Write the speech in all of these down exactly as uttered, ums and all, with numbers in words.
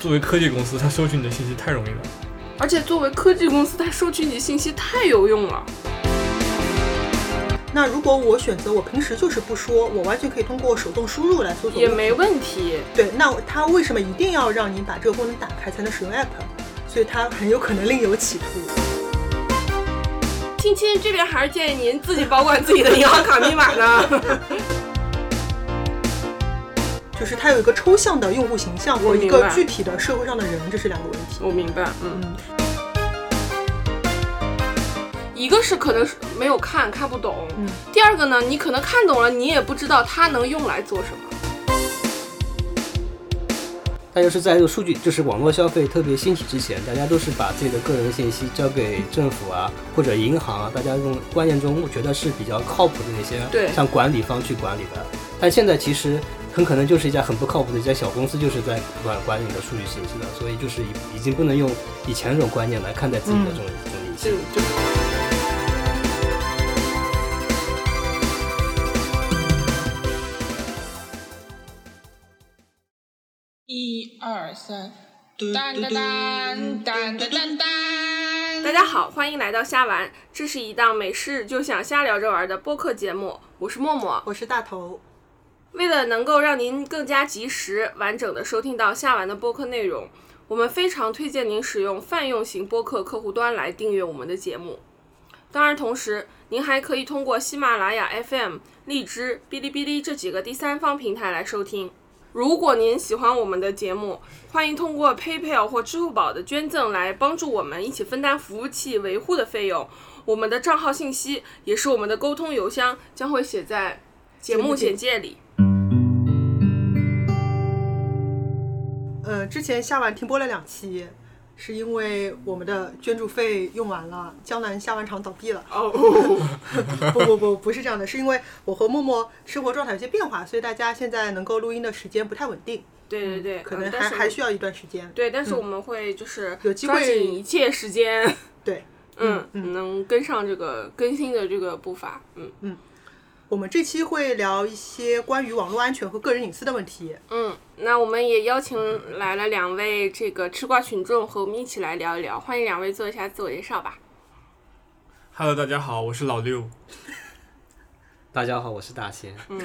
作为科技公司，它收取你的信息太容易了。 而且作为科技公司，它收取你信息太有用了。 那如果我选择我平时就是不说，我完全可以通过手动输入来搜索， 也没问题。 对，那它为什么一定要让你把这个功能打开才能使用 app？ 所以它很有可能另有企图。 亲亲，这边还是建议您自己保管自己的银行卡密码呢。 就是它有一个抽象的用户形象和一个具体的社会上的人，这是两个问题。 我明白，嗯。嗯，一个是可能没有看看不懂，嗯，第二个呢，你可能看懂了，你也不知道它能用来做什么。 大家是在这个数据就是网络消费特别兴起之前，大家都是把自己的个人信息交给政府啊或者银行啊，大家用观念中我觉得是比较靠谱的那些， 对， 像管理方去管理的。但现在其实很可能就是一家很不靠谱的一家小公司，就是在管管理你的数据信息的，所以就是已经不能用以前这种观念来看待自己的这种这种隐性。 嗯， 一二三，当当当当当当当。 大家好，欢迎来到瞎玩，这是一档没事就想瞎聊着玩的播客节目，我是默默， 我是大头。 为了能够让您更加及时、完整的收听到瞎玩的播客内容，我们非常推荐您使用泛用型播客客户端来订阅我们的节目。当然，同时您还可以通过喜马拉雅 F M、荔枝、哔哩哔哩这几个第三方平台来收听。如果您喜欢我们的节目，欢迎通过 PayPal 或支付宝的捐赠来帮助我们一起分担服务器维护的费用。我们的账号信息也是我们的沟通邮箱，将会写在节目简介里。 呃，之前瞎玩停播了两期，是因为我们的捐助费用完了，江南瞎玩厂倒闭了。哦、oh. 不不不，不是这样的，是因为我和默默生活状态有些变化，所以大家现在能够录音的时间不太稳定。 对对对， 嗯、可能还、嗯、还需要一段时间。 对，但是我们会就是有机会抓紧一切时间， 对， 嗯嗯，能跟上这个更新的这个步伐。嗯嗯。我们这期会聊一些关于网络安全和个人隐私的问题。 嗯，那我们也邀请来了两位这个吃瓜群众和我们一起来聊一聊，欢迎两位做一下自我介绍吧。 Hello， 大家好，我是老六。 大家好，我是大仙。 嗯，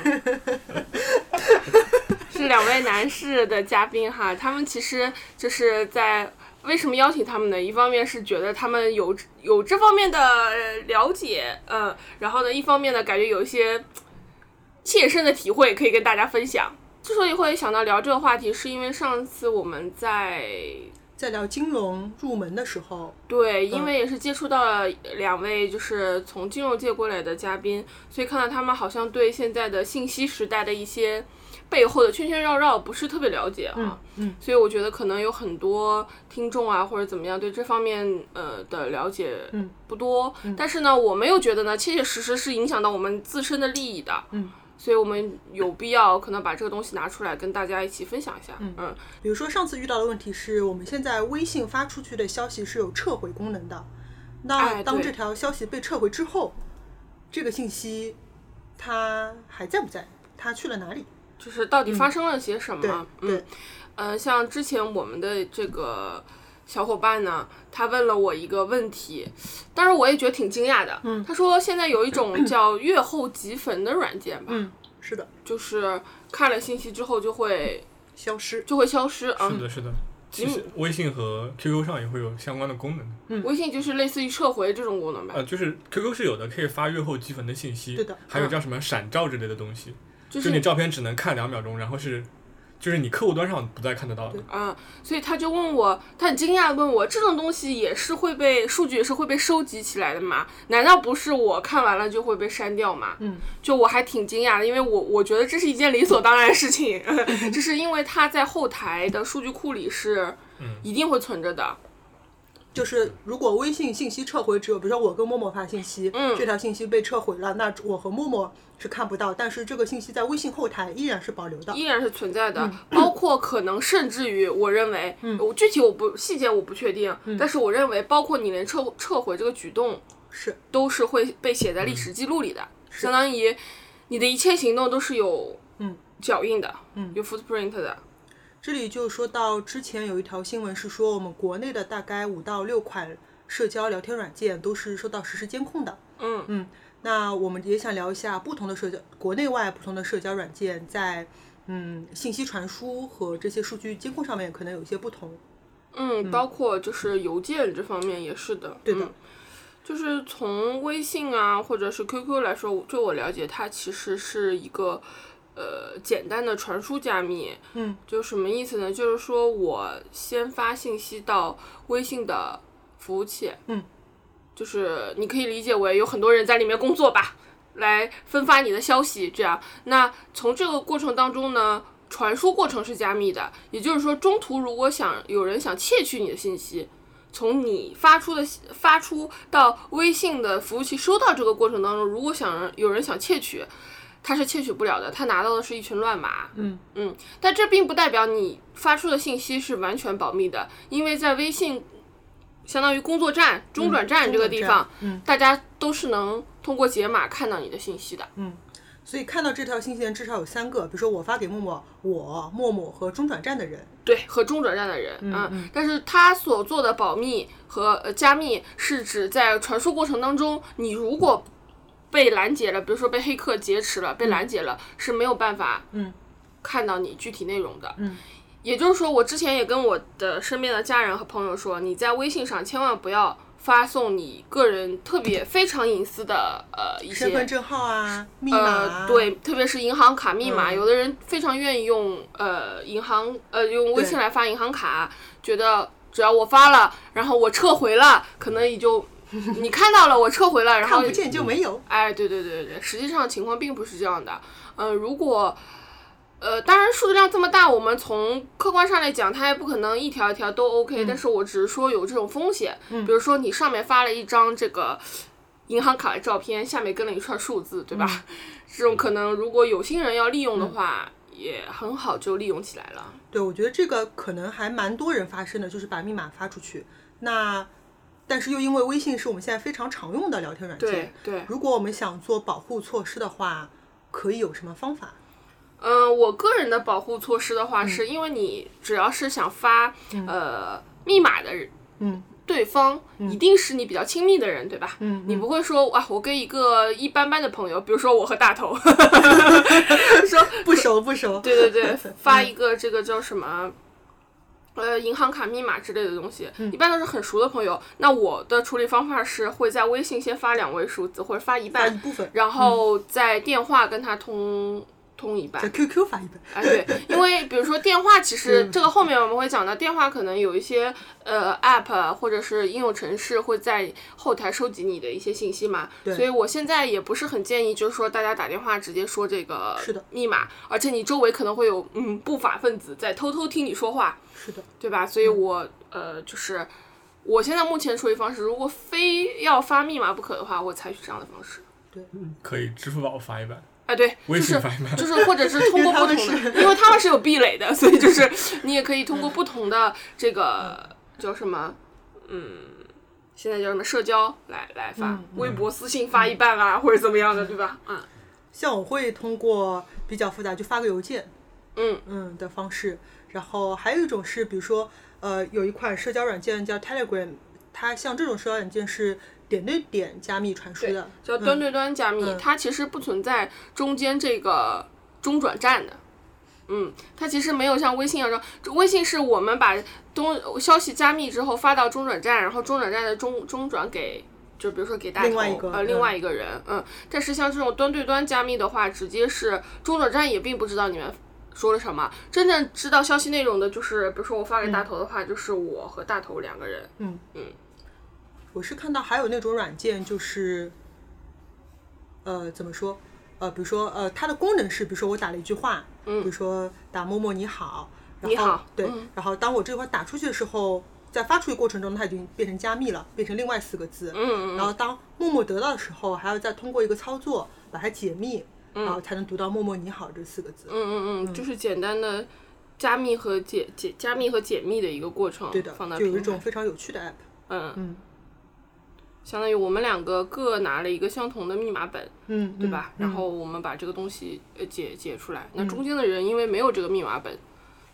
是两位男士的嘉宾哈，他们其实就是在。为什么邀请他们呢？一方面是觉得他们有有这方面的了解，嗯，然后呢，一方面呢，感觉有一些切身的体会可以跟大家分享。之所以会想到聊这个话题，是因为上次我们在在聊金融入门的时候， 对，因为也是接触到了两位就是从金融界过来的嘉宾，所以看到他们好像对现在的信息时代的一些背后的圈圈绕绕不是特别了解啊， 嗯嗯， 所以我觉得可能有很多听众啊或者怎么样对这方面呃的了解不多， 嗯嗯、 但是呢，我没有觉得呢切切实实是影响到我们自身的利益的， 嗯， 所以我们有必要可能把这个东西拿出来跟大家一起分享一下， 嗯嗯， 比如说上次遇到的问题是我们现在微信发出去的消息是有撤回功能的，那当这条消息被撤回之后，哎、这个信息它还在不在？它去了哪里？ 就是到底发生了些什么？ 嗯，对， 嗯，呃，像之前我们的这个小伙伴呢，他问了我一个问题，当然我也觉得挺惊讶的。 嗯， 他说现在有一种叫阅后即焚的软件吧？ 嗯，是的， 就是看了信息之后就会消失， 就会消失啊。 是的，是的。其实微信和 Q Q 上也会有相关的功能。 嗯，微信就是类似于撤回这种功能吧？ 呃，就是 Q Q 是有的，可以发阅后即焚的信息。 对的， 还有叫什么闪照之类的东西。 就是、 就你照片只能看两秒钟，然后是，就是你客户端上不再看得到的啊。所以他就问我，他很惊讶的问我，这种东西也是会被数据也是会被收集起来的吗？难道不是我看完了就会被删掉吗？ 嗯， 就我还挺惊讶的，因为我我觉得这是一件理所当然的事情，就是因为它在后台的数据库里是一定会存着的。 就是如果微信信息撤回只有比如说我跟默默发信息， 嗯， 这条信息被撤回了，那我和默默是看不到，但是这个信息在微信后台依然是保留的， 依然是存在的， 嗯、 包括可能甚至于我认为， 嗯， 我具体我不细节我不确定， 嗯， 但是我认为包括你连撤撤回这个举动是都是会被写在历史记录里的，嗯，相当于你的一切行动都是有嗯脚印的， 嗯， 有 footprint 的。 这里就说到之前有一条新闻是说，我们国内的大概五到六款社交聊天软件都是受到实时监控的。 嗯嗯，那我们也想聊一下不同的社交，国内外不同的社交软件在嗯信息传输和这些数据监控上面可能有一些不同。 嗯，包括就是邮件这方面也是的。 对的。 嗯，就是从微信啊或者是 Q Q 来说，据我了解，它其实是一个呃简单的传输加密。 嗯， 就什么意思呢？就是说我先发信息到微信的服务器。 嗯， 就是你可以理解为有很多人在里面工作吧，来分发你的消息，这样。那从这个过程当中呢，传输过程是加密的，也就是说，中途如果想有人想窃取你的信息，从你发出的发出到微信的服务器收到这个过程当中，如果想有人想窃取，他是窃取不了的，他拿到的是一群乱码。 嗯嗯，但这并不代表你发出的信息是完全保密的，因为在微信相当于工作站、中转站这个地方， 嗯， 大家都是能通过解码看到你的信息的。 嗯，所以看到这条信息的至少有三个，比如说我发给默默、我、默默和中转站的人。 对，和中转站的人。 嗯啊、 嗯但是他所做的保密和、呃、加密是指在传输过程当中，你如果被拦截了，比如说被黑客劫持了、被拦截了，嗯、是没有办法嗯看到你具体内容的。 嗯。 也就是说，我之前也跟我的身边的家人和朋友说，你在微信上千万不要发送你个人特别非常隐私的呃一些身份证号啊、密码啊、 呃，对，特别是银行卡密码， 嗯、 有的人非常愿意用呃银行呃用微信来发银行卡，觉得只要我发了，然后我撤回了，可能也就你看到了我撤回了，然后看不见就没有。 哎，对对对对，实际上情况并不是这样的。嗯、呃，如果呃，当然数字量这么大，我们从客观上来讲，它也不可能一条一条都 OK、嗯。但是我只是说有这种风险， 嗯、 比如说你上面发了一张这个银行卡的照片，下面跟了一串数字，对吧？嗯、这种可能如果有心人要利用的话，嗯、也很好就利用起来了。 对，我觉得这个可能还蛮多人发生的，就是把密码发出去。那但是又因为微信是我们现在非常常用的聊天软件， 对对， 如果我们想做保护措施的话，可以有什么方法？ 嗯、呃，我个人的保护措施的话，嗯、是因为你只要是想发、嗯、呃密码的人， 嗯， 对方一定是你比较亲密的人，对吧？ 嗯， 你不会说啊，我跟一个一般般的朋友，比如说我和大头，说不熟不熟， 对对对，发一个这个叫什么？呃，银行卡密码之类的东西， 嗯、 一般都是很熟的朋友。那我的处理方法是会在微信先发两位数字，或者发一半， 发一部分， 然后在电话跟他通。通一半， 在 Q Q 发一半。 啊，对，因为比如说电话，其实这个后面我们会讲到，电话可能有一些呃 App 或者是应用程式会在后台收集你的一些信息嘛，所以我现在也不是很建议，就是说大家打电话直接说这个密码，而且你周围可能会有嗯不法分子在偷偷听你说话， 是的， 对吧？所以我、嗯、呃就是我现在目前处理方式，如果非要发密码不可的话，我采取这样的方式。 对， 可以支付宝发一半。 啊，对， 微信发一半， 就是或者是通过不同的，因为他们是有壁垒的，所以就是你也可以通过不同的这个叫什么，嗯，现在叫什么社交来来发、 嗯， 微博私信发一半啊，嗯、或者怎么样的，对吧？嗯， 像我会通过比较复杂，就发个邮件， 嗯嗯的方式，然后还有一种是，比如说呃，有一款社交软件叫 Telegram， 它像这种社交软件是。点对点加密传输的， 叫端对端加密、嗯，它其实不存在中间这个中转站的，嗯，它其实没有像微信一样，微信是我们把东消息加密之后发到中转站，然后中转站的中中转给，就比如说给大头另外一个呃另外一个人，嗯，但是像这种端对端加密的话，直接是中转站也并不知道你们说了什么，真正知道消息内容的就是，比如说我发给大头的话，嗯、就是我和大头两个人， 嗯嗯。 我是看到还有那种软件，就是呃怎么说呃比如说呃它的功能是，比如说我打了一句话， 嗯， 比如说打某某你好，然后你好， 对、 嗯， 然后当我这句话打出去的时候，在发出去过程中它已经变成加密了，变成另外四个字， 嗯嗯， 然后当默默得到的时候，还要再通过一个操作把它解密，嗯、然后才能读到默默你好这四个字， 嗯嗯嗯，就是简单的加密和解解加密和解密的一个过程， 对的， 放到就有一种非常有趣的 app， 嗯嗯。 相当于我们两个各拿了一个相同的密码本， 嗯， 对吧？ 嗯、 然后我们把这个东西呃解解出来。那中间的人因为没有这个密码本，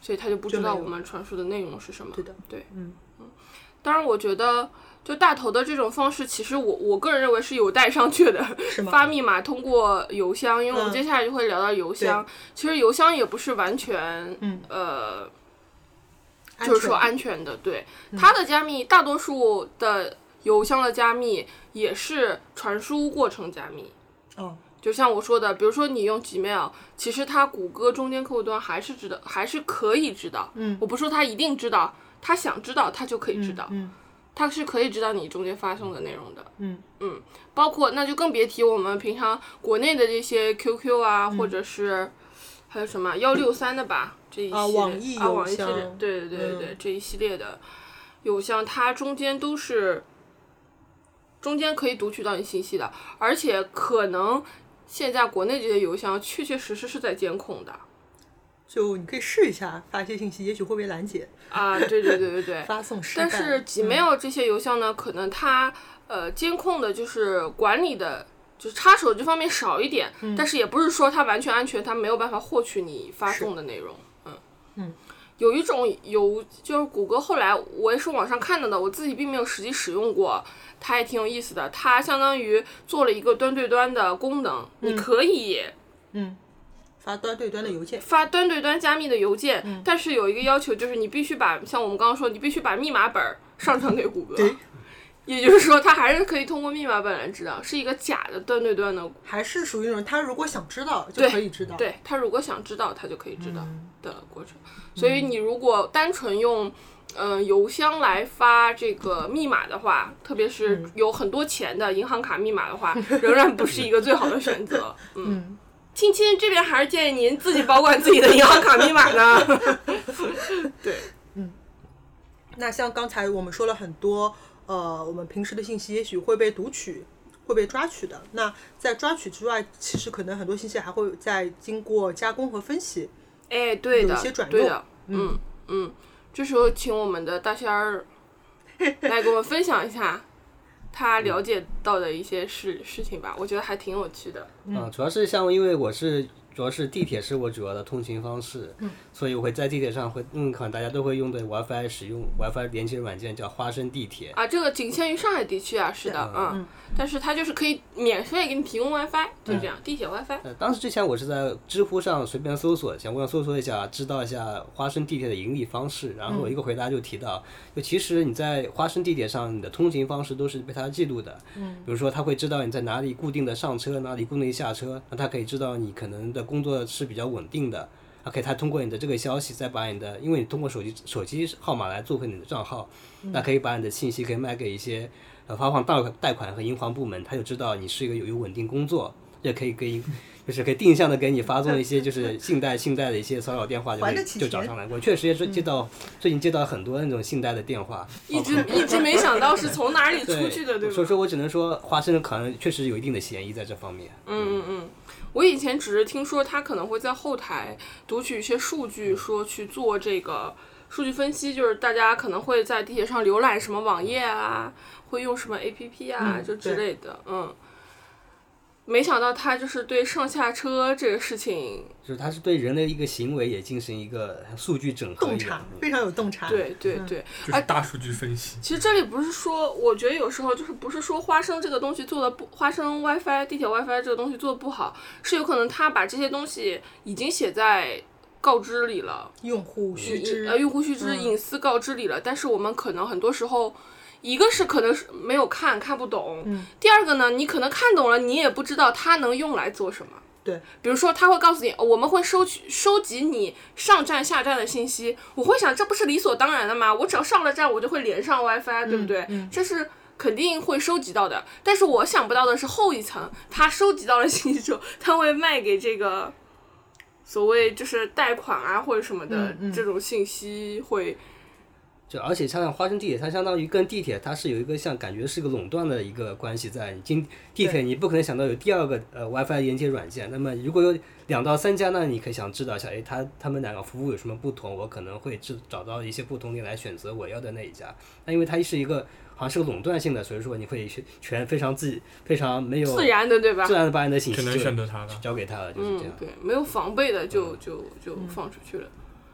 所以他就不知道我们传输的内容是什么。 对的， 对， 嗯嗯。当然，我觉得就大头的这种方式，其实我我个人认为是有待商榷的。 是吗？ 发密码通过邮箱，因为我们接下来就会聊到邮箱。嗯、其实邮箱也不是完全， 嗯呃，就是说安全的。对，嗯、它的加密，大多数的邮箱的加密也是传输过程加密。 哦。 就像我说的，比如说你用 Gmail， 其实它谷歌中间客户端还是知道，还是可以知道。 嗯， 我不说它一定知道，他想知道他就可以知道。 嗯， 他是可以知道你中间发送的内容的。 嗯嗯，包括那就更别提我们平常国内的这些 Q Q 啊， 嗯、 或者是还有什么幺六三的吧，这一系列啊，网易啊，网易系列，对对对对对， 嗯、 这一系列的邮箱，它中间都是中间可以读取到你信息的，而且可能。现在国内这些邮箱确确实实是在监控的， 就你可以试一下发一些信息，也许会被拦截啊。对对对对对， 发送失败。 但是 Gmail 这些邮箱呢，嗯、可能它呃监控的就是管理的，就是插手这方面少一点， 嗯、 但是也不是说它完全安全，它没有办法获取你发送的内容。嗯嗯， 有一种邮就是谷歌后来我也是网上看到的，我自己并没有实际使用过。它也挺有意思的，它相当于做了一个端对端的功能， 嗯、 你可以， 嗯，发端对端的邮件， 发端对端加密的邮件， 嗯、 但是有一个要求，就是你必须把，像我们刚刚说，你必须把密码本上传给谷歌， 对， 也就是说，它还是可以通过密码本来知道，是一个假的端对端的， 还是属于那种他如果想知道就可以知道， 对，他如果想知道，他就可以知道的过程。嗯、所以你如果单纯用。嗯、呃，邮箱来发这个密码的话，特别是有很多钱的银行卡密码的话，嗯、仍然不是一个最好的选择。嗯， 嗯亲亲这边还是建议您自己保管自己的银行卡密码呢。对， 嗯。那像刚才我们说了很多，呃，我们平时的信息也许会被读取、会被抓取的。那在抓取之外，其实可能很多信息还会再经过加工和分析。 哎，对的， 有一些转用。对的， 嗯嗯。嗯这时候请我们的大仙儿来给我们分享一下他了解到的一些事事情吧，我觉得还挺有趣的。 嗯、啊，主要是像因为我是主要是地铁是我主要的通勤方式， 嗯， 所以我会在地铁上会用可能大家都会用的 WiFi 使用 WiFi 连接软件叫花生地铁啊，这个仅限于上海地区啊，是的，嗯，嗯但是它就是可以免费给你提供 WiFi， 就这样，嗯、地铁 WiFi。 呃，当时之前我是在知乎上随便搜索，想问搜索一下，知道一下花生地铁的盈利方式，然后一个回答就提到，就其实你在花生地铁上，你的通勤方式都是被它记录的， 嗯， 比如说它会知道你在哪里固定的上车，哪里固定下车，那它可以知道你可能的工作是比较稳定的。OK， 他通过你的这个消息，再把你的，因为你通过手机手机号码来做回你的账号，那可以把你的信息可以卖给一些呃发放贷贷款和银行部门，他就知道你是一个有有稳定工作，也可以给就是可以定向的给你发送一些就是信贷信贷的一些骚扰电话，就会就找上来过。确实也是接到、嗯、最近接到很多那种信贷的电话， 一直一直没想到是从哪里出去的，对吧？ 所以说我只能说花生可能确实有一定的嫌疑在这方面。 嗯嗯嗯。我以前只是听说他可能会在后台读取一些数据，说去做这个数据分析，就是大家可能会在地铁上浏览什么网页啊，会用什么 A P P 啊， 嗯、 就之类的。嗯，没想到他就是对上下车这个事情， 就是他是对人的一个行为也进行一个数据整合， 洞察非常有洞察。 对对对， 嗯、就是大数据分析。 其实这里不是说，我觉得有时候就是不是说花生这个东西做的不，花生 WiFi 地铁 WiFi 这个东西做的不好，是有可能他把这些东西已经写在告知里了， 用户须知， 呃，用户须知、嗯、隐私告知里了，但是我们可能很多时候。一个是可能是没有看看不懂、 嗯， 第二个呢，你可能看懂了，你也不知道它能用来做什么。 对， 比如说他会告诉你，我们会收取收集你上站下站的信息，我会想这不是理所当然的吗？我只要上了站，我就会连上 WiFi，、嗯、对不对、 嗯？ 这是肯定会收集到的。但是我想不到的是后一层，他收集到了信息之后，他会卖给这个所谓就是贷款啊或者什么的、 嗯嗯、 这种信息会。 就而且像花生地铁，它相当于跟地铁它是有一个像感觉是个垄断的一个关系在。你进地铁你不可能想到有第二个呃 WiFi 连接软件，那么如果有两到三家，那你可以想知道一下，哎，它他们两个服务有什么不同，我可能会找到一些不同点来选择我要的那一家。那因为它是一个好像是个垄断性的，所以说你会全非常自非常没有自然的对吧？ 自然的把你的信息只能选择它了， 交给他了，就是这样。 嗯、对，没有防备的就就就放出去了。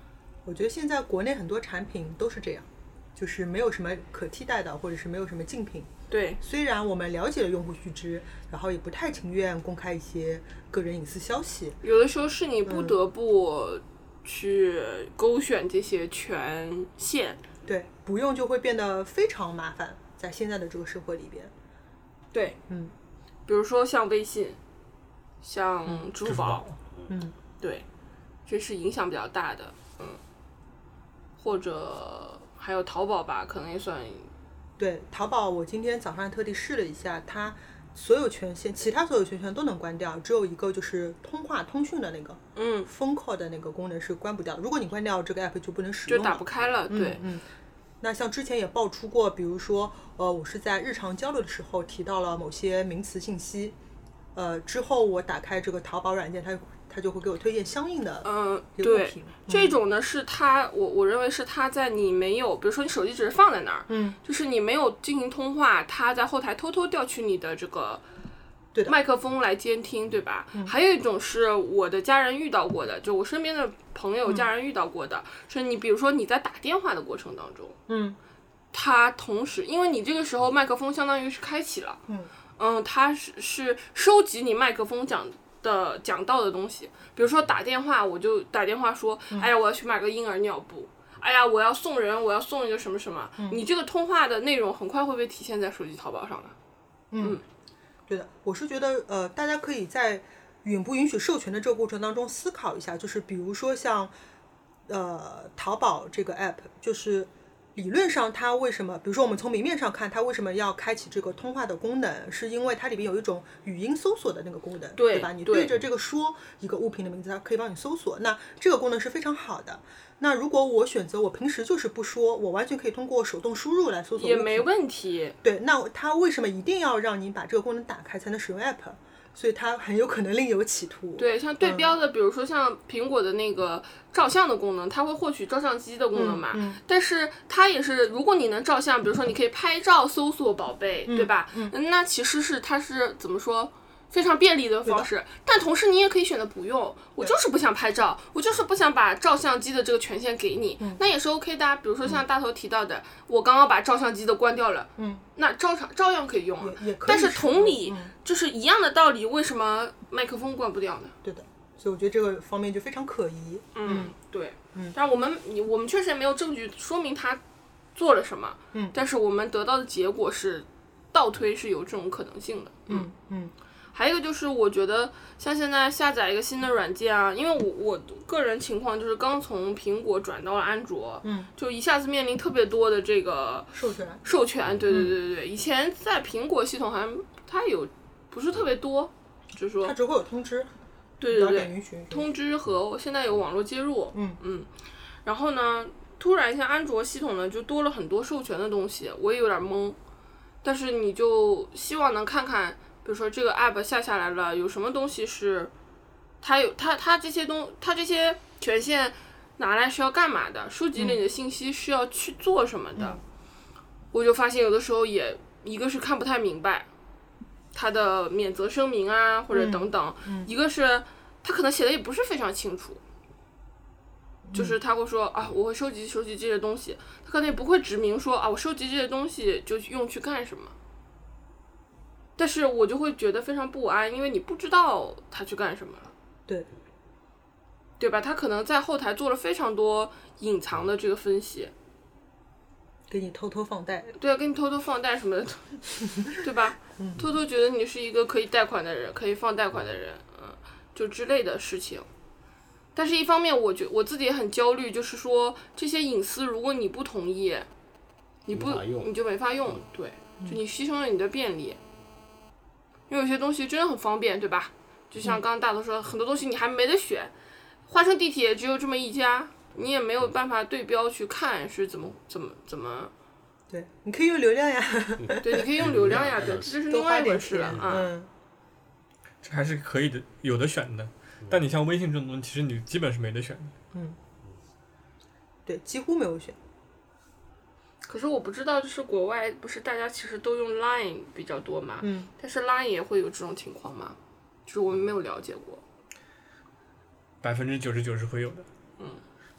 我觉得现在国内很多产品都是这样，就是没有什么可替代的，或者是没有什么竞品。 对， 虽然我们了解了用户须知，然后也不太情愿公开一些个人隐私消息。 有的时候是你不得不去勾选这些权限。 嗯、对，不用就会变得非常麻烦，在现在的这个社会里边。 对， 嗯， 比如说像微信，像支付宝， 嗯， 对，这是影响比较大的。嗯，或者还有淘宝吧，可能也算。 对，淘宝我今天早上特地试了一下，它所有权限，其他所有权限都能关掉，只有一个就是通话通讯的那个， 嗯 phone call 的那个功能是关不掉。如果你关掉这个 app 就不能使用了， 就打不开了。对， 嗯，嗯。那像之前也爆出过，比如说，呃，我是在日常交流的时候提到了某些名词信息，呃，之后我打开这个淘宝软件，它它就会给我推荐相应的嗯， 对， 嗯、这种呢是它，我我认为是它在你没有，比如说你手机只是放在那儿， 嗯， 就是你没有进行通话，它在后台偷偷调取你的这个麦克风来监听，对吧？ 嗯、 还有一种是我的家人遇到过的，就我身边的朋友、家人遇到过的，嗯、是你比如说你在打电话的过程当中， 嗯， 它同时，因为你这个时候麦克风相当于是开启了， 嗯嗯，它是是收集你麦克风讲的讲到的东西，比如说打电话，我就打电话说， 嗯、 哎呀，我要去买个婴儿尿布，哎呀，我要送人，我要送一个什么什么， 嗯、 你这个通话的内容很快会被体现在手机淘宝上的。 嗯，嗯对的，我是觉得呃，大家可以在允不允许授权的这个过程当中思考一下，就是比如说像呃淘宝这个 app， 就是理论上它为什么，比如说我们从明面上看，它为什么要开启这个通话的功能，是因为它里面有一种语音搜索的那个功能， 对, 对吧？你对着这个说一个物品的名字，它可以帮你搜索，那这个功能是非常好的。那如果我选择我平时就是不说，我完全可以通过手动输入来搜索物品， 也没问题。 对，那它为什么一定要让你把这个功能打开才能使用 app？所以它很有可能另有企图。 对，像对标的，嗯、比如说像苹果的那个照相的功能，它会获取照相机的功能嘛？ 嗯嗯、 但是它也是，如果你能照相，比如说你可以拍照搜索宝贝， 嗯、 对吧？ 嗯、 那其实是它是怎么说？非常便利的方式，但同时你也可以选择不用，我就是不想拍照，我就是不想把照相机的这个权限给你， 嗯、 那也是 OK 的。比如说像大头提到的，嗯、我刚刚把照相机的关掉了， 嗯， 那照常照样可以用啊。 也也可以， 但是同理， 嗯、 就是一样的道理，为什么麦克风关不掉呢？ 对的，所以我觉得这个方面就非常可疑。 嗯，对， 嗯， 但我们我们确实也没有证据说明他做了什么， 嗯， 但是我们得到的结果是倒推是有这种可能性的， 嗯嗯。 还有一个就是，我觉得像现在下载一个新的软件啊，因为我我个人情况就是刚从苹果转到了安卓， 嗯， 就一下子面临特别多的这个授权， 授权，对对对对对，嗯、以前在苹果系统好像它有不是特别多，就是说它只会有通知， 对对对， 允许通知和现在有网络接入， 嗯嗯，然后呢，突然像安卓系统呢就多了很多授权的东西，我也有点懵，但是你就希望能看看。比如说这个 app 下下来了，有什么东西是它有它它这些东它这些权限拿来是要干嘛的？收集了你的信息是要去做什么的？ 嗯、 我就发现有的时候也一个是看不太明白它的免责声明啊，或者等等； 嗯嗯、 一个是它可能写的也不是非常清楚， 嗯、 就是他会说啊，我会收集收集这些东西，他可能也不会指明说啊，我收集这些东西就用去干什么。但是我就会觉得非常不安，因为你不知道他去干什么了， 对， 对吧？他可能在后台做了非常多隐藏的这个分析， 给你偷偷放贷， 对啊，给你偷偷放贷什么的，对吧？ 嗯、 偷偷觉得你是一个可以贷款的人，可以放贷款的人，嗯，就之类的事情。但是一方面我觉我自己也很焦虑，就是说这些隐私如果你不同意，你不你就没法用， 嗯、 对，就你牺牲了你的便利。因为有些东西真的很方便，对吧？就像刚刚大头说，嗯、很多东西你还没得选，花城地铁只有这么一家，你也没有办法对标去看是怎么怎么怎么。 对，你可以用流量呀。 对，你可以用流量呀，对，这是另外一回事了啊。 嗯， 这还是可以的，有的选的。但你像微信这种东西，其实你基本是没得选的。 嗯，对，几乎没有选。 可是我不知道，就是国外不是大家其实都用 Line 比较多嘛？ 嗯。 但是 Line 也会有这种情况吗？就是我们没有了解过。 百分之九十九是会有的。 嗯。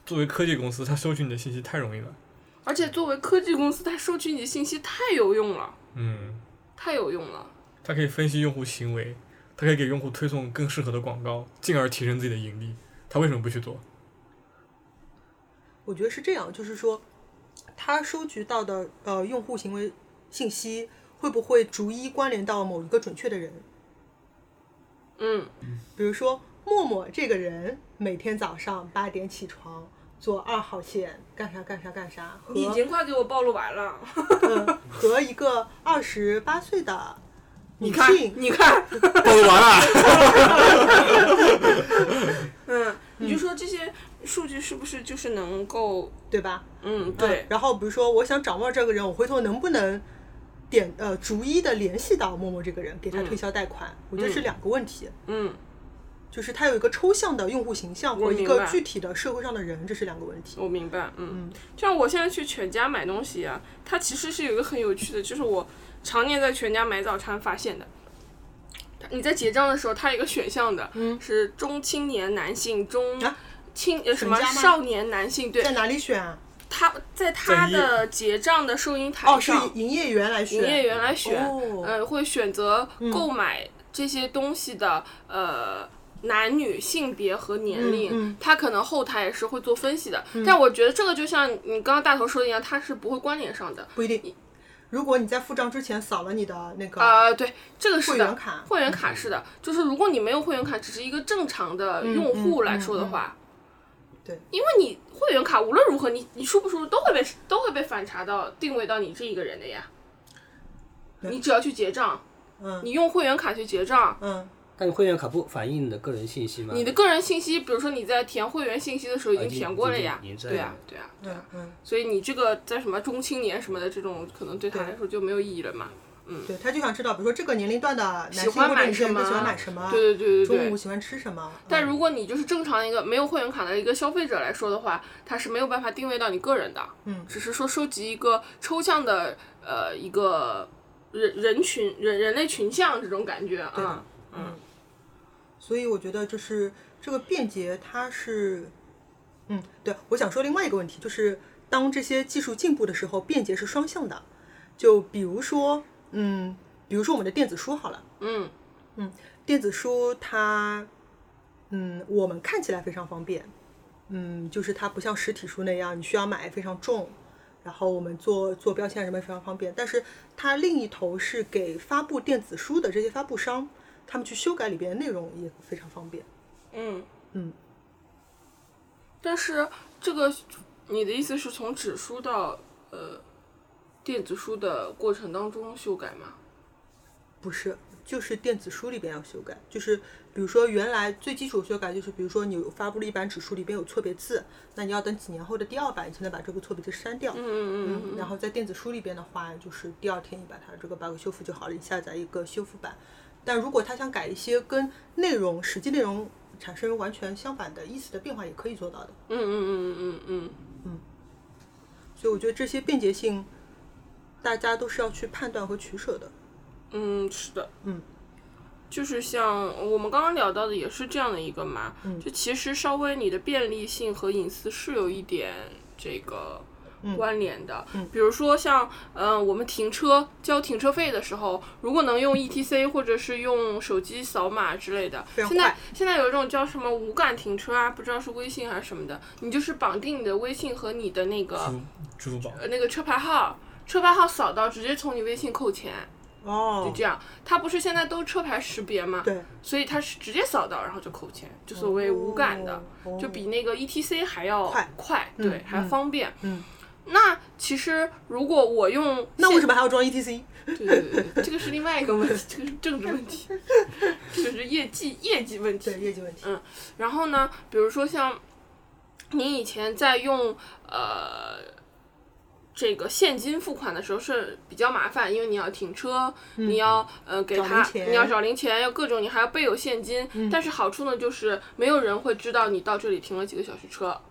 作为科技公司，它收取你的信息太容易了。 而且作为科技公司，它收取你的信息太有用了。 嗯， 太有用了。 它可以分析用户行为，它可以给用户推送更适合的广告，进而提升自己的盈利。它为什么不去做？ 我觉得是这样，就是说，它收集到的呃用户行为信息会不会逐一关联到某一个准确的人？ 嗯， 比如说默默这个人每天早上八点起床，做二号线干啥干啥干啥， 你已经快给我暴露完了。 呃、和一个二十八岁的女性，你看，你看暴露完了。 嗯，你就说这些数据是不是就是能够， 对吧？ 嗯，对、 呃。然后比如说，我想掌握这个人，我回头能不能点呃逐一的联系到陌陌这个人，给他推销贷款？嗯、我觉得是两个问题。 嗯。 就是它有一个抽象的用户形象和一个具体的社会上的人，这是两个问题。 我明白，嗯，嗯像我现在去全家买东西啊，它其实是有一个很有趣的，就是我常年在全家买早餐发现的。你在结账的时候，它有一个选项的，嗯、是中青年男性、中青、啊、什么少年男性，对， 在哪里选啊？ 他在他的结账的收银台上， 哦，是营业员来选， 营业员来选， 哦、 呃，会选择购买这些东西的，嗯、呃。男女性别和年龄， 嗯嗯、 他可能后台也是会做分析的，嗯、但我觉得这个就像你刚刚大头说的一样，它是不会关联上的。 不一定。如果你在付账之前扫了你的那个呃，对，这个是的， 会员卡， 会员卡是的，就是如果你没有会员卡，只是一个正常的用户来说的话， 嗯嗯嗯、对， 因为你会员卡无论如何，你你输不输入都会被都会被反查到定位到你这一个人的呀。你只要去结账， 嗯， 你用会员卡去结账， 嗯。 但你会员卡不反映你的个人信息吗？ 你的个人信息，比如说你在填会员信息的时候已经填过了呀， 啊、 对呀、啊，对呀、啊，对呀、啊嗯， 所以你这个在什么中青年什么的这种，可能对他来说就没有意义了嘛。嗯， 对，他就想知道，比如说这个年龄段的男性或者女性喜欢买什么， 对对对对对， 中午喜欢吃什么。 但如果你就是正常一个没有会员卡的一个消费者来说的话，他是没有办法定位到你个人的， 嗯， 只是说收集一个抽象的呃一个人人群人人类群像这种感觉啊，嗯。 嗯所以我觉得就是这个便捷，它是，嗯，对，我想说另外一个问题，就是当这些技术进步的时候，便捷是双向的。就比如说，嗯，比如说我们的电子书好了， 嗯嗯，电子书它，嗯，我们看起来非常方便，嗯，就是它不像实体书那样你需要买非常重，然后我们做做标签什么非常方便，但是它另一头是给发布电子书的这些发布商。他们去修改里边的内容也非常方便。 嗯嗯。 但是这个，你的意思是从纸书到呃电子书的过程当中修改吗？ 不是，就是电子书里边要修改。就是比如说原来最基础的修改就是，比如说你发布了一版纸书，里边有错别字，那你要等几年后的第二版，你才能把这个错别字删掉。 嗯嗯嗯。 然后在电子书里边的话，就是第二天你把它这个 bug 修复就好了，你下载一个修复版。但如果他想改一些跟内容实际内容产生完全相反的意思的变化，也可以做到的。 嗯嗯嗯嗯嗯嗯。所以我觉得这些便捷性，大家都是要去判断和取舍的。 嗯，是的。 嗯。 就是像我们刚刚聊到的，也是这样的一个嘛。 嗯。 就其实稍微你的便利性和隐私是有一点这个。关联的， 嗯、 比如说像嗯、呃，我们停车交停车费的时候，如果能用 E T C 或者是用手机扫码之类的，现在现在有一种叫什么无感停车啊，不知道是微信还是什么的，你就是绑定你的微信和你的那个支付宝呃那个车牌号，车牌号扫到直接从你微信扣钱。 哦， 就这样，它不是现在都车牌识别吗？ 对， 所以它是直接扫到，然后就扣钱，就所谓无感的， 哦、 就比那个 E T C 还要快， 快， 嗯、 对，还方便。 嗯。 那其实如果我用， 那为什么还要装 E T C？ 对对对，这个是另外一个问题，这个是政治问题，这个是业绩业绩问题。 对，业绩问题。 嗯，然后呢，比如说像你以前在用呃这个现金付款的时候是比较麻烦，因为你要停车， 嗯、 你要呃给他， 你要找零钱，要各种，你还要备有现金。 嗯、 但是好处呢，就是没有人会知道你到这里停了几个小时车。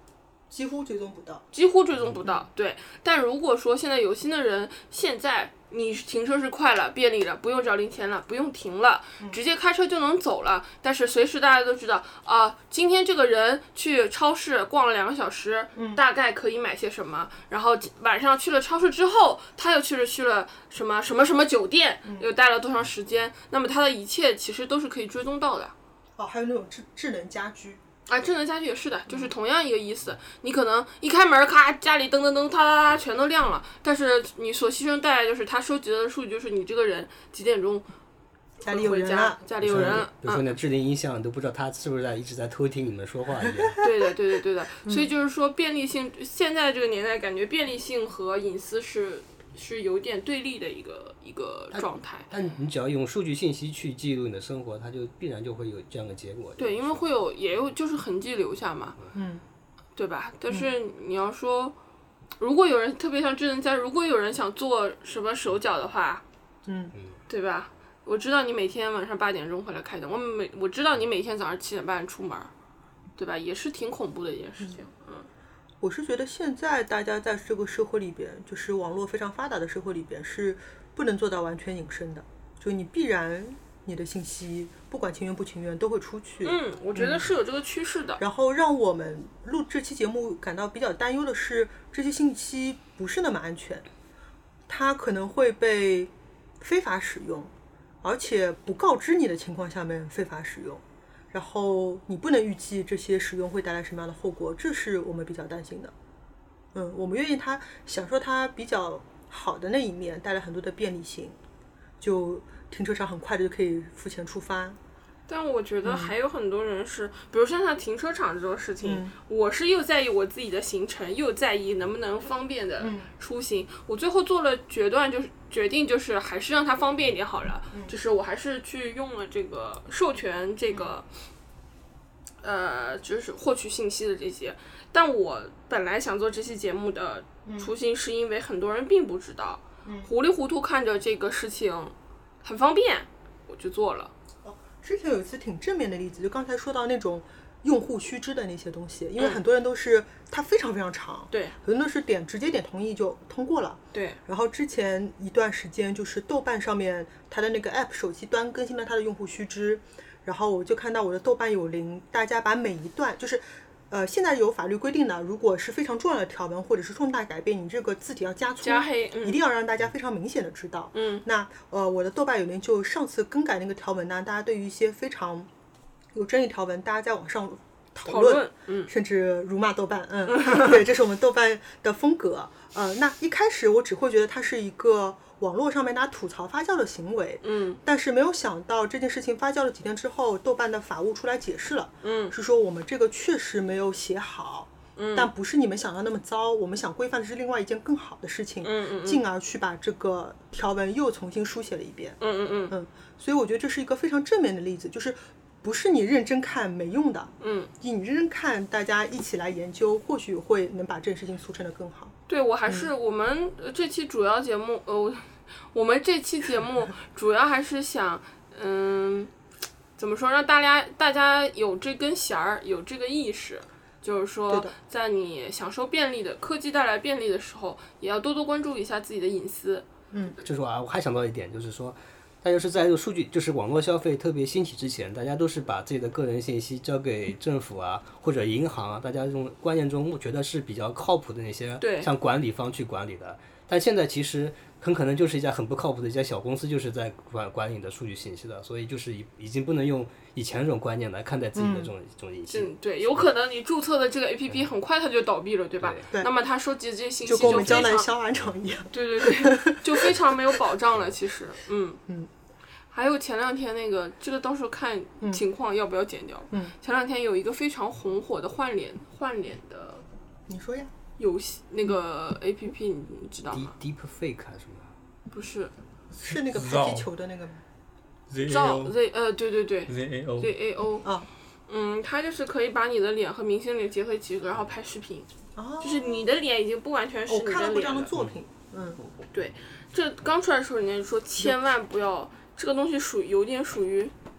几乎追踪不到， 几乎追踪不到。对，但如果说现在有新的人，现在你停车是快了，便利了，不用找零钱了，不用停了，直接开车就能走了。但是随时大家都知道啊、呃，今天这个人去超市逛了两个小时，嗯、大概可以买些什么。然后晚上去了超市之后，他又去了去了什么什么什么酒店，嗯、又待了多长时间。那么他的一切其实都是可以追踪到的。 哦，还有那种智智能家居。 啊，智能家居也是的，就是同样一个意思。你可能一开门，咔，家里噔噔噔，哒哒哒，全都亮了。但是你所牺牲代价就是他收集的数据，就是你这个人几点钟家里有人了， 家里有人了。 比如说那智能音响，你都不知道他是不是在一直在偷听你们说话一样。 对的，对的，对的。所以就是说，便利性，现在这个年代，感觉便利性和隐私是。是有点对立的一个一个状态。 但你只要用数据信息去记录你的生活，它就必然就会有这样的结果。 对，因为会有也有就是痕迹留下嘛， 嗯， 对吧？但是你要说，如果有人特别像智能家，如果有人想做什么手脚的话， 嗯， 对吧？我知道你每天晚上八点钟回来开灯，我每我知道你每天早上七点半出门，对吧？也是挺恐怖的一件事情，嗯。 我是觉得现在大家在这个社会里边，就是网络非常发达的社会里边，是不能做到完全隐身的。就你必然你的信息，不管情愿不情愿，都会出去。 嗯，我觉得是有这个趋势的。 嗯、然后让我们录这期节目感到比较担忧的是，这些信息不是那么安全，它可能会被非法使用，而且不告知你的情况下面非法使用。然后你不能预计这些使用会带来什么样的后果，这是我们比较担心的。嗯，我们愿意它享受它比较好的那一面，带来很多的便利性，就停车场很快的就可以付钱出发。 但我觉得还有很多人是，嗯、比如像像停车场这种事情，嗯、我是又在意我自己的行程，又在意能不能方便的出行。嗯、我最后做了决断，就是决定就是还是让它方便一点好了。嗯、就是我还是去用了这个授权这个，呃，就是获取信息的这些。但我本来想做这期节目的初心，是因为很多人并不知道，嗯、糊里糊涂看着这个事情很方便，我就做了。 之前有一次挺正面的例子，就刚才说到那种用户须知的那些东西，因为很多人都是它非常非常长， 对， 很多人都是点直接点同意就通过了， 对。 然后之前一段时间就是豆瓣上面它的那个 app 手机端更新了它的用户须知，然后我就看到我的豆瓣有灵，大家把每一段就是呃，现在有法律规定的，如果是非常重要的条文或者是重大改变，你这个字体要加粗加黑、嗯、 一定要让大家非常明显的知道。 嗯， 那呃，我的豆瓣有灵就上次更改那个条文呢，大家对于一些非常有争议条文，大家在网上讨论， 讨论嗯， 甚至辱骂豆瓣，嗯，对，这是我们豆瓣的风格。呃，那一开始我只会觉得它是一个网络上面大家吐槽发酵的行为， 嗯， 但是没有想到这件事情发酵了几天之后，豆瓣的法务出来解释了， 嗯， 是说我们这个确实没有写好， 嗯， 但不是你们想要那么糟，我们想规范的是另外一件更好的事情， 嗯嗯， 进而去把这个条文又重新书写了一遍， 嗯嗯嗯嗯，所以我觉得这是一个非常正面的例子，就是不是你认真看没用的， 嗯， 你认真看，大家一起来研究，或许会能把这件事情促成的更好。 对，我还是、嗯、我们这期主要节目，呃，我们这期节目主要还是想，嗯，怎么说，让大家大家有这根弦儿，有这个意识，就是说，在你享受便利的科技带来便利的时候，也要多多关注一下自己的隐私。 嗯， 就是啊，我还想到一点，就是说。大家是在这个数据，就是网络消费特别兴起之前，大家都是把自己的个人信息交给政府啊或者银行啊，大家这种观念中觉得是比较靠谱的那些，像管理方去管理的。但现在其实很可能就是一家很不靠谱的一家小公司，就是在管管理你的数据信息的，所以就是已已经不能用以前这种观念来看待自己的这种、嗯、这种隐私。 嗯，对，有可能你注册的这个 A P P 很快它就倒闭了，对吧？ 对。 那么它收集的这些信息就跟我们江南小丸厂一样。 对对对，就非常没有保障了，其实，嗯嗯。 还有前两天那个，这个到时候看情况要不要剪掉。 嗯。 前两天有一个非常红火的换脸换脸的， 你说呀？ 游戏那个 A P P 你知道吗 ？Deep Fake 还是什么？ 不是。 是那个拍皮球的那个吗？ 照 Z 呃对对对 Z A O Z A O 啊， 嗯，它就是可以把你的脸和明星脸结合起来，然后拍视频。 哦。 就是你的脸已经不完全是你的脸了。 我看过这样的作品。嗯。 对，这刚出来的时候人家就说千万不要。这个东西属于有点属于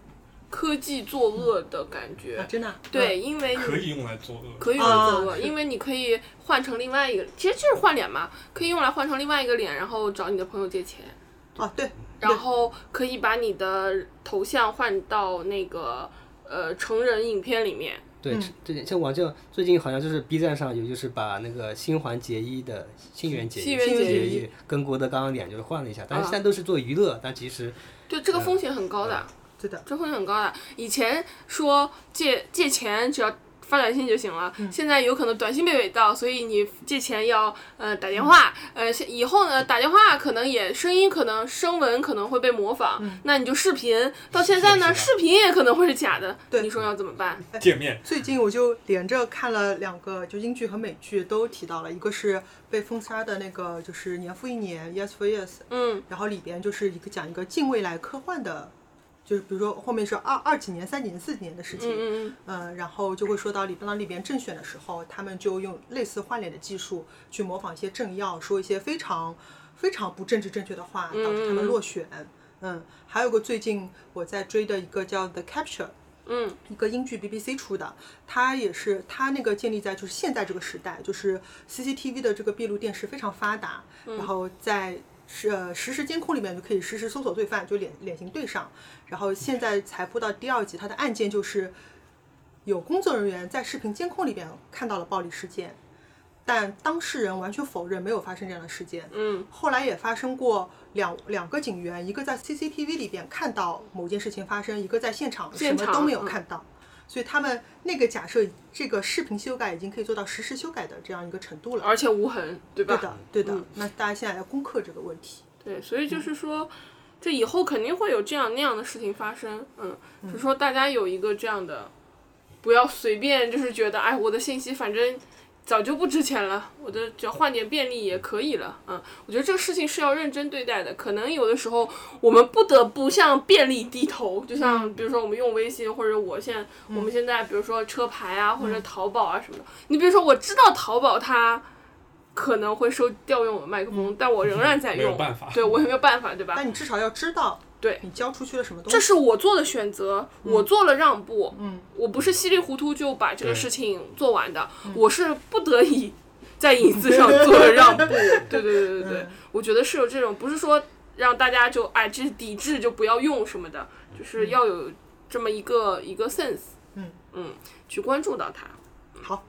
科技作恶的感觉。 啊、真的、啊？ 对， 嗯、 因为可以用来作恶。 可以用来作恶， 啊、 因为你可以换成另外一个，其实就是换脸嘛，可以用来换成另外一个脸，然后找你的朋友借钱。 哦，对。 然后可以把你的头像换到那个呃成人影片里面。 对，这点像网就最近好像就是 B 站上有，就是把那个新垣结衣的新垣结衣结衣跟郭德纲的脸就是换了一下，但是现在都是做娱乐，啊、但其实对这个风险很高的， 对、呃、的， 这风险很高的。以前说借借钱只要发短信就行了、嗯，现在有可能短信被伪造，所以你借钱要呃打电话，呃以后呢打电话可能也声音可能声纹可能会被模仿，嗯、那你就视频，到现在呢视频也可能会是假的， 对， 你说要怎么办？ 界面。 最近我就连着看了两个，就英剧和美剧都提到了，一个是被封杀的那个就是年复一年 Yes for Yes， 嗯， 然后里边就是一个讲一个近未来科幻的。就是比如说后面是二二几年、三几年、四几年的事情， 嗯嗯呃，然后就会说到里当里边政选的时候，他们就用类似换脸的技术去模仿一些政要，说一些非常非常不政治正确的话，导致他们落选。嗯, 嗯，还有个最近我在追的一个叫 The Capture， 嗯， 一个英剧 B B C 出的，它也是它那个建立在就是现在这个时代，就是 C C T V 的这个闭路电视非常发达， 嗯、 然后在。是呃，实时监控里面就可以实时搜索罪犯，就脸脸型对上。然后现在才播到第二集，它的案件就是有工作人员在视频监控里边看到了暴力事件，但当事人完全否认没有发生这样的事件。 嗯， 后来也发生过两两个警员，一个在 C C T V 里边看到某件事情发生，一个在现场什么都没有看到。嗯，所以他们那个假设，这个视频修改已经可以做到实时修改的这样一个程度了， 而且无痕，对吧？ 对的，对的。 嗯、 那大家现在要攻克这个问题。 对，所以就是说，这以后肯定会有这样那样的事情发生。嗯，只是说大家有一个这样的，不要随便就是觉得，哎，我的信息反正早就不值钱了，我的只要换点便利也可以了。嗯，我觉得这个事情是要认真对待的。可能有的时候我们不得不向便利低头，就像比如说我们用微信，或者我现在、嗯、我们现在比如说车牌啊，或者淘宝啊什么的。你比如说我知道淘宝它可能会收调用我的麦克风、嗯，但我仍然在用， 没有办法， 对我也没有办法，对吧？ 但你至少要知道。 对， 你交出去了什么东西？ 这是我做的选择，嗯、我做了让步。 嗯， 我不是稀里糊涂就把这个事情做完的，我是不得已在隐私上做了让步。对对对对对、嗯，我觉得是有这种，不是说让大家就哎这抵制就不要用什么的，就是要有这么一个一个 sense。 嗯嗯，去关注到它。 好。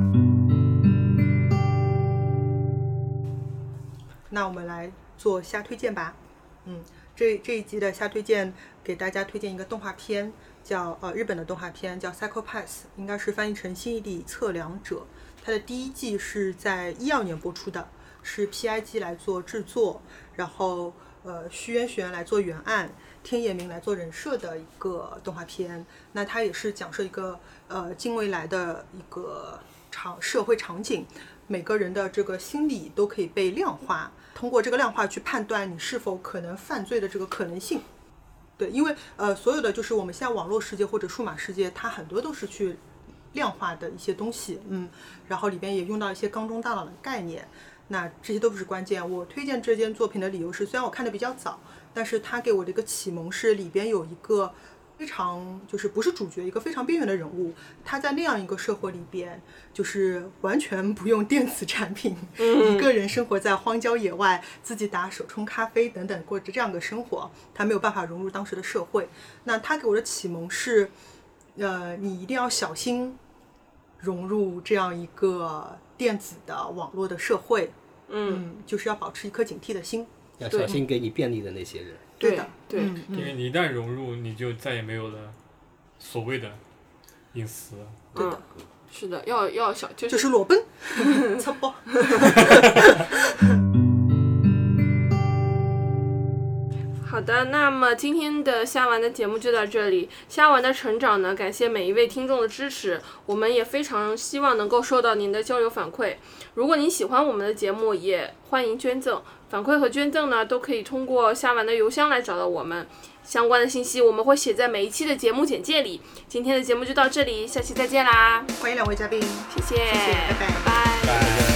那我们来做瞎推荐吧。嗯，这这一集的瞎推荐给大家推荐一个动画片，叫呃日本的动画片叫 Psycho-Pass， 应该是翻译成新一地测量者。它的第一季是在一二年播出的，是 P I G 来做制作，然后呃徐渊玄来做原案，天野明来做人设的一个动画片。那它也是讲述一个呃近未来的一个场社会场景，每个人的这个心理都可以被量化。通过这个量化去判断你是否可能犯罪的这个可能性。对，因为呃所有的就是我们现在网络世界或者数码世界，它很多都是去量化的一些东西，嗯，然后里边也用到一些缸中大脑的概念，那这些都不是关键。我推荐这件作品的理由是，虽然我看的比较早，但是它给我的一个启蒙是里边有一个非常就是不是主角，一个非常边缘的人物，他在那样一个社会里边，就是完全不用电子产品， 嗯、 一个人生活在荒郊野外，自己打手冲咖啡等等，过着这样的生活，他没有办法融入当时的社会。那他给我的启蒙是，呃，你一定要小心融入这样一个电子的网络的社会， 嗯， 嗯就是要保持一颗警惕的心， 要小心给你便利的那些人。 对的， 对， 嗯、 因为你一旦融入，你就再也没有了所谓的隐私。 对的， 嗯、是的，要要小就是就是裸奔，擦包。 好的，那么今天的虾丸的节目就到这里。虾丸的成长呢，感谢每一位听众的支持，我们也非常希望能够收到您的交流反馈。如果您喜欢我们的节目，也欢迎捐赠。反馈和捐赠呢，都可以通过虾丸的邮箱来找到我们。相关的信息我们会写在每一期的节目简介里。今天的节目就到这里，下期再见啦！ 欢迎两位嘉宾， 谢谢， 谢谢，拜拜， 拜拜。